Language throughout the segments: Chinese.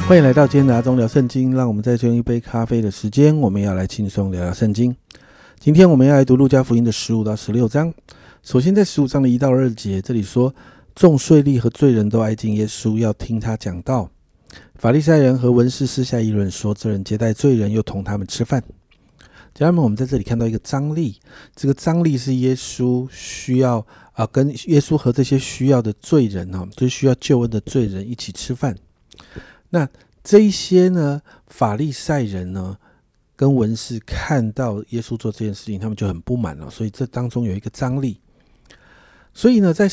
欢迎来到今天的阿忠聊圣经，让我们再用一杯咖啡的时间，我们要来轻松聊聊圣经。今天我们要来读路加福音的15到16章。首先在15章的1到2节，这里说，众税吏和罪人都挨近耶稣，要听他讲道。法利赛人和文士私下议论说，这人接待罪人，又同他们吃饭。家人们，我们在这里看到一个张力，这个张力是耶稣需要跟耶稣和这些需要的罪人就是需要救恩的罪人一起吃饭。那这一些呢，法利赛人呢跟文士看到耶稣做这件事情，他们就很不满了，所以这当中有一个张力。所以呢，在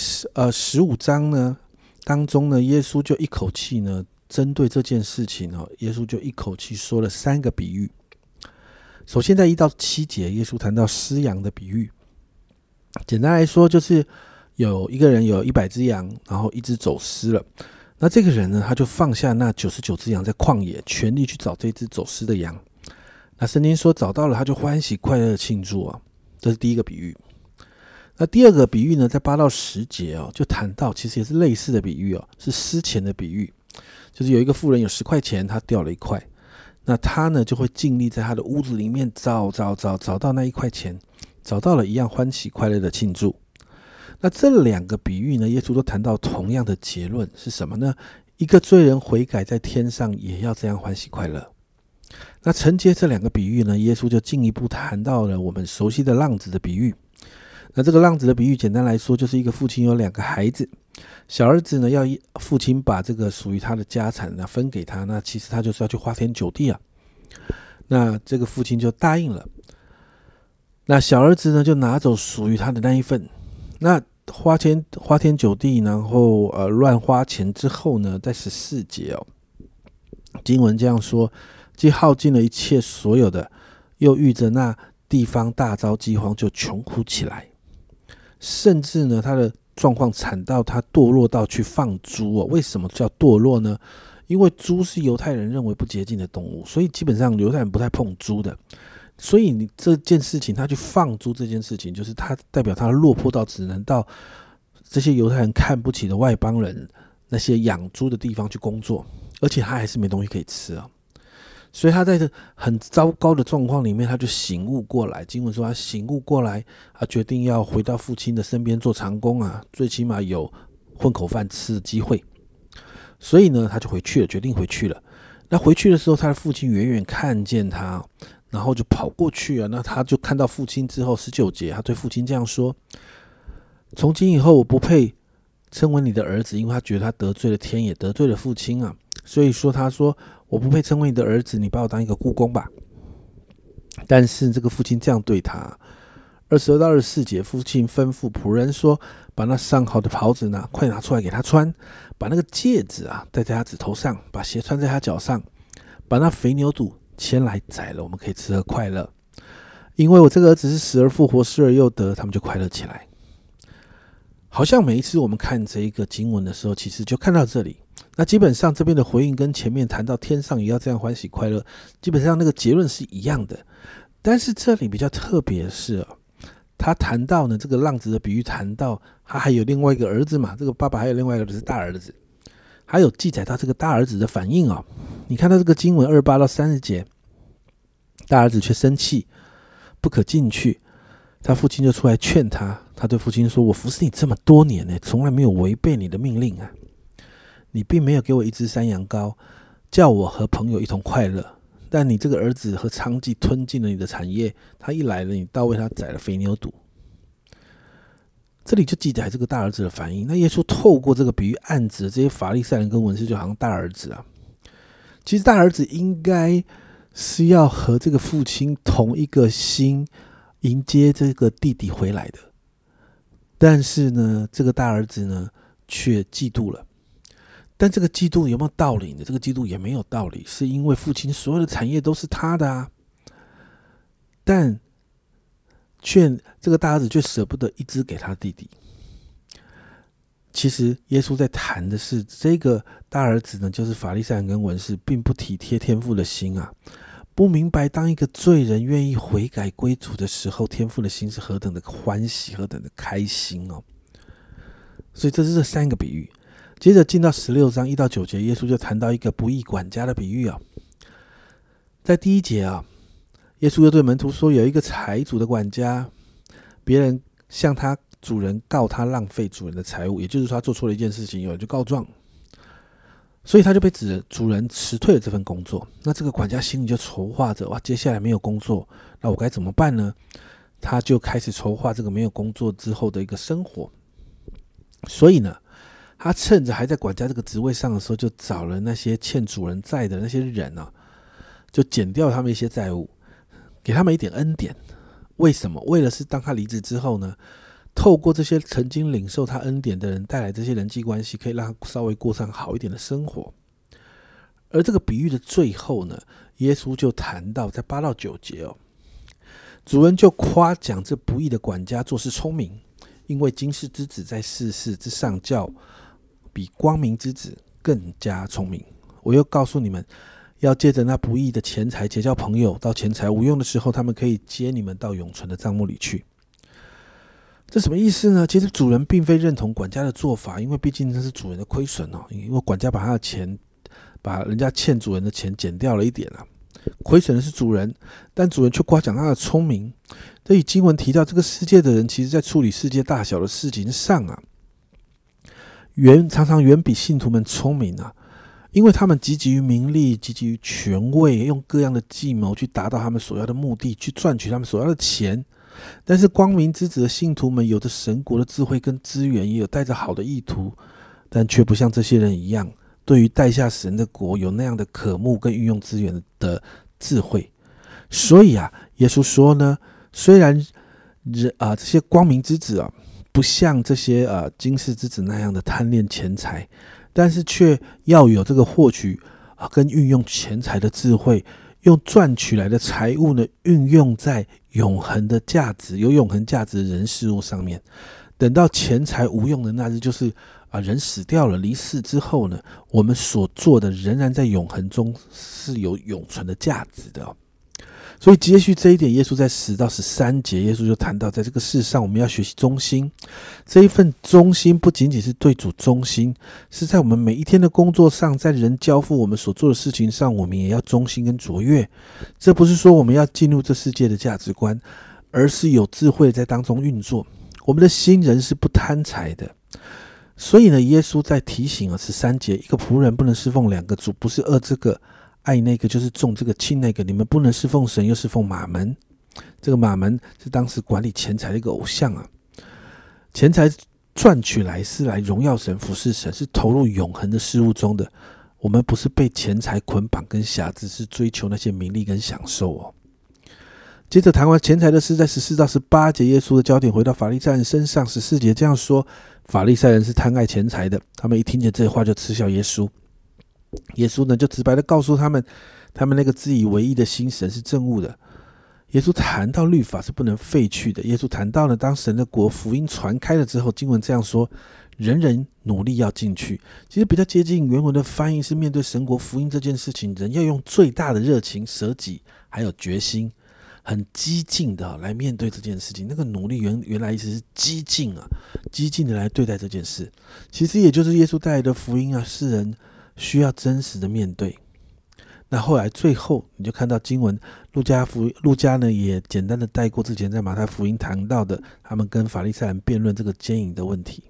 15章呢当中呢，耶稣就一口气呢针对这件事情耶稣就一口气说了3个比喻。首先在1到7节，耶稣谈到失羊的比喻。简单来说，就是有一个人有100只羊，然后1只走失了。那这个人呢，他就放下那99只羊在旷野，全力去找这只走失的羊。那圣经说找到了，他就欢喜快乐的庆祝这是第一个比喻。那第二个比喻呢，在8到10节就谈到，其实也是类似的比喻是失钱的比喻。就是有一个妇人有10块钱，他掉了1块，那他呢就会尽力在他的屋子里面找到那1块钱，找到了一样欢喜快乐的庆祝。那这2个比喻呢，耶稣都谈到同样的结论是什么呢？一个罪人悔改，在天上也要这样欢喜快乐。那承接这2个比喻呢，耶稣就进一步谈到了我们熟悉的浪子的比喻。那这个浪子的比喻简单来说，就是一个父亲有2个孩子，小儿子呢要父亲把这个属于他的家产分给他，那其实他就是要去花天酒地那这个父亲就答应了。那小儿子呢就拿走属于他的那一份。那花天酒地，然后乱花钱之后呢，在14节经文这样说，既耗尽了一切所有的，又遇着那地方大遭饥荒，就穷苦起来，甚至呢他的状况惨到他堕落到去放猪为什么叫堕落呢？因为猪是犹太人认为不洁净的动物，所以基本上犹太人不太碰猪的。所以你这件事情，他去放猪这件事情，就是他代表他落魄到只能到这些犹太人看不起的外邦人那些养猪的地方去工作，而且他还是没东西可以吃所以他在这很糟糕的状况里面，他就醒悟过来。经文说他醒悟过来，他决定要回到父亲的身边做长工最起码有混口饭吃的机会。所以呢，他就回去了，决定回去了。那回去的时候，他的父亲远远看见他，然后就跑过去那他就看到父亲之后，19节，他对父亲这样说：从今以后，我不配称为你的儿子，因为他觉得他得罪了天，也得罪了父亲所以说他说我不配称为你的儿子，你把我当一个雇工吧。但是这个父亲这样对他。22到24节，父亲吩咐仆人说，把那上好的袍子快拿出来给他穿，把那个戒指戴在他指头上，把鞋穿在他脚上，把那肥牛肚牵来宰了，我们可以吃喝快乐。因为我这个儿子是死而复活，失而又得，他们就快乐起来。好像每一次我们看这一个经文的时候，其实就看到这里。那基本上这边的回应跟前面谈到天上也要这样欢喜快乐，基本上那个结论是一样的。但是这里比较特别的是他谈到呢，这个浪子的比喻谈到他还有另外一个儿子嘛，这个爸爸还有另外一个是大儿子，还有记载到这个大儿子的反应你看到这个经文28到30节，大儿子却生气，不可进去。他父亲就出来劝他，他对父亲说：我服侍你这么多年从来没有违背你的命令你并没有给我1只山羊羔，叫我和朋友一同快乐。但你这个儿子和娼妓吞进了你的产业，他一来了，你倒为他宰了肥牛肚。这里就记载这个大儿子的反应。那耶稣透过这个比喻暗指这些法利赛人跟文士，就好像大儿子其实大儿子应该是要和这个父亲同一个心迎接这个弟弟回来的，但是呢，这个大儿子呢却嫉妒了。但这个嫉妒有没有道理呢？这个嫉妒也没有道理，是因为父亲所有的产业都是他的但这个大儿子却舍不得1只给他弟弟。其实耶稣在谈的是这个大儿子呢，就是法利赛人跟文士并不体贴天父的心不明白当一个罪人愿意悔改归主的时候，天父的心是何等的欢喜，何等的开心所以这是这3个比喻。 接着进到16章1到9节，耶稣就谈到一个不义管家的比喻啊。在第1节啊，耶稣又对门徒说，有一个财主的管家，别人向他主人告他浪费主人的财物，也就是说他做错了一件事情，有人就告状，所以他就被主人辞退了这份工作。那这个管家心里就筹划着，哇，接下来没有工作，那我该怎么办呢？他就开始筹划这个没有工作之后的一个生活。所以呢，他趁着还在管家这个职位上的时候，就找了那些欠主人债的那些人啊，就减掉他们一些债务，给他们一点恩典。为什么？为了是当他离职之后呢，透过这些曾经领受他恩典的人带来这些人际关系，可以让他稍微过上好一点的生活。而这个比喻的最后呢，耶稣就谈到在8到9节哦，主人就夸奖这不义的管家做事聪明，因为今世之子在世事之上较比光明之子更加聪明。我又告诉你们，要借着那不义的钱财结交朋友，到钱财无用的时候，他们可以接你们到永存的帐幕里去。这什么意思呢？其实主人并非认同管家的做法，因为毕竟这是主人的亏损哦，因为管家把他的钱，把人家欠主人的钱减掉了一点啊，亏损的是主人，但主人却夸奖他的聪明。这与经文提到这个世界的人，其实在处理世界大小的事情上啊，常常远比信徒们聪明啊，因为他们积极于名利，积极于权位，用各样的计谋去达到他们所要的目的，去赚取他们所要的钱。但是光明之子的信徒们有着神国的智慧跟资源，也有带着好的意图，但却不像这些人一样，对于带下神的国有那样的渴慕跟运用资源的智慧。所以啊，耶稣说呢，虽然这些光明之子啊，不像这些今世之子那样的贪恋钱财，但是却要有这个获取跟运用钱财的智慧，用赚取来的财物呢，运用在永恒的价值、有永恒价值的人事物上面。等到钱财无用的那日，就是人死掉了、离世之后呢，我们所做的仍然在永恒中是有永存的价值的哦。所以接续这一点，耶稣在10到13节，耶稣就谈到，在这个世上我们要学习忠心。这一份忠心不仅仅是对主忠心，是在我们每一天的工作上，在人交付我们所做的事情上，我们也要忠心跟卓越。这不是说我们要进入这世界的价值观，而是有智慧在当中运作。我们的心人是不贪财的。所以呢，耶稣在提醒13节，一个仆人不能侍奉2个主，不是恶这个爱那个，就是重这个轻那个。你们不能侍奉神又侍奉马门。这个马门是当时管理钱财的一个偶像啊。钱财赚取来是来荣耀神、服侍神，是投入永恒的事物中的。我们不是被钱财捆绑跟辖制，是追求那些名利跟享受哦。接着谈完钱财的事，在14到18节，耶稣的焦点回到法利赛人身上。14节这样说，法利赛人是贪爱钱财的，他们一听见这话就嗤笑耶稣。耶稣呢，就直白的告诉他们，他们那个自以为意的心，神是憎恶的。耶稣谈到律法是不能废去的。耶稣谈到呢，当神的国福音传开了之后，经文这样说，人人努力要进去。其实比较接近原文的翻译是，面对神国福音这件事情，人要用最大的热情、舍己还有决心，很激进的来面对这件事情。那个努力原来意思是激进啊，激进的来对待这件事。其实也就是耶稣带来的福音啊，世人需要真实的面对。那后来最后你就看到经文，路加呢也简单的带过之前在马太福音谈到的，他们跟法利赛人辩论这个奸淫的问题。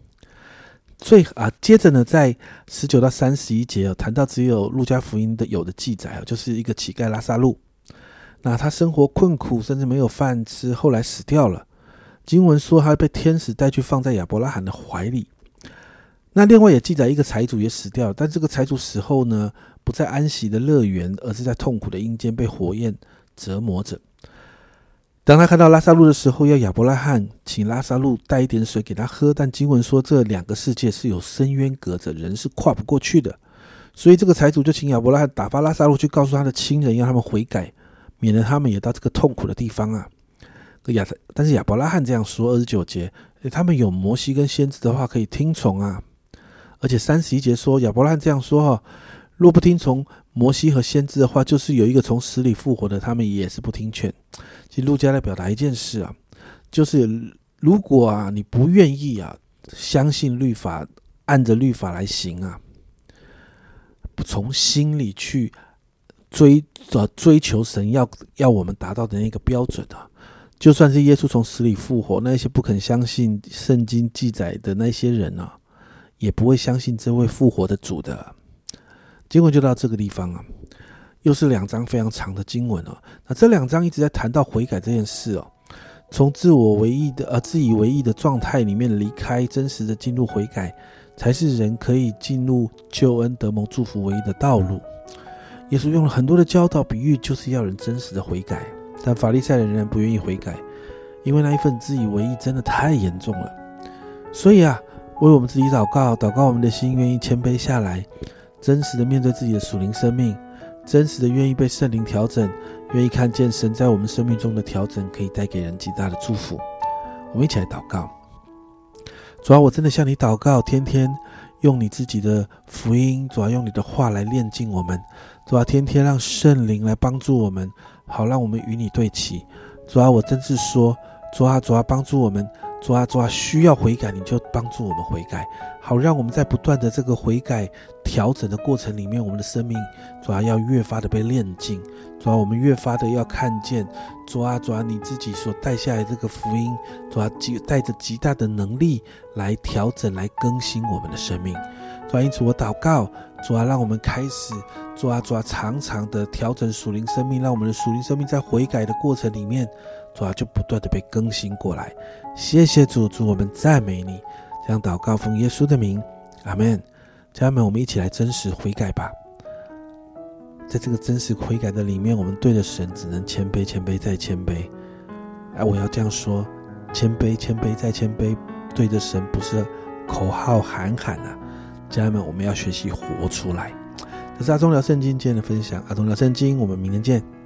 接着呢，在19到31节谈到只有路加福音有的记载，就是一个乞丐拉撒路。那他生活困苦，甚至没有饭吃，后来死掉了。经文说他被天使带去放在亚伯拉罕的怀里。那另外也记载一个财主也死掉了，但这个财主死后呢，不在安息的乐园，而是在痛苦的阴间被火焰折磨着。当他看到拉撒路的时候，要亚伯拉罕请拉撒路带一点水给他喝，但经文说这2个世界是有深渊隔着，人是跨不过去的。所以这个财主就请亚伯拉罕打发拉撒路去告诉他的亲人，让他们悔改，免得他们也到这个痛苦的地方啊。但是亚伯拉罕这样说，29节，他们有摩西跟先知的话可以听从啊。而且31节说，亚伯拉罕这样说，若不听从摩西和先知的话，就是有一个从死里复活的，他们也是不听劝。其实路加在表达一件事啊，就是如果你不愿意相信律法， 按着律法来行啊，从心里去追求神要我们达到的那个标准啊。就算是耶稣从死里复活，那些不肯相信圣经记载的那些人啊，也不会相信这位复活的主的。经文就到这个地方啊，又是2章非常长的经文哦。那这2章一直在谈到悔改这件事哦，从自以为意的状态里面离开，真实的进入悔改，才是人可以进入救恩得蒙祝福唯一的道路。耶稣用了很多的教导比喻，就是要人真实的悔改。但法利赛人仍然不愿意悔改，因为那一份自以为意真的太严重了。所以啊，为我们自己祷告我们的心愿意谦卑下来，真实的面对自己的属灵生命，真实的愿意被圣灵调整，愿意看见神在我们生命中的调整可以带给人极大的祝福。我们一起来祷告。主啊，我真的向你祷告，天天用你自己的福音，主啊，用你的话来炼净我们，主啊，天天让圣灵来帮助我们，好让我们与你对齐。主啊，我真是说，主啊帮助我们，主啊需要悔改，你就帮助我们悔改，好让我们在不断的这个悔改调整的过程里面，我们的生命主啊要越发的被炼净，主啊我们越发的要看见，主啊你自己所带下来这个福音，主啊带着极大的能力来调整来更新我们的生命。主啊，因此我祷告，主啊让我们开始，主啊常常的调整属灵生命，让我们的属灵生命在悔改的过程里面，主啊就不断的被更新过来。谢谢主，我们赞美你。这样祷告奉耶稣的名，阿们。家人们，我们一起来真实悔改吧。在这个真实悔改的里面，我们对着神只能谦卑再谦卑。我要这样说，谦卑再谦卑，对着神不是口号喊啊。家人们，我们要学习活出来。这是阿忠聊圣经今天的分享，阿忠聊圣经，我们明天见。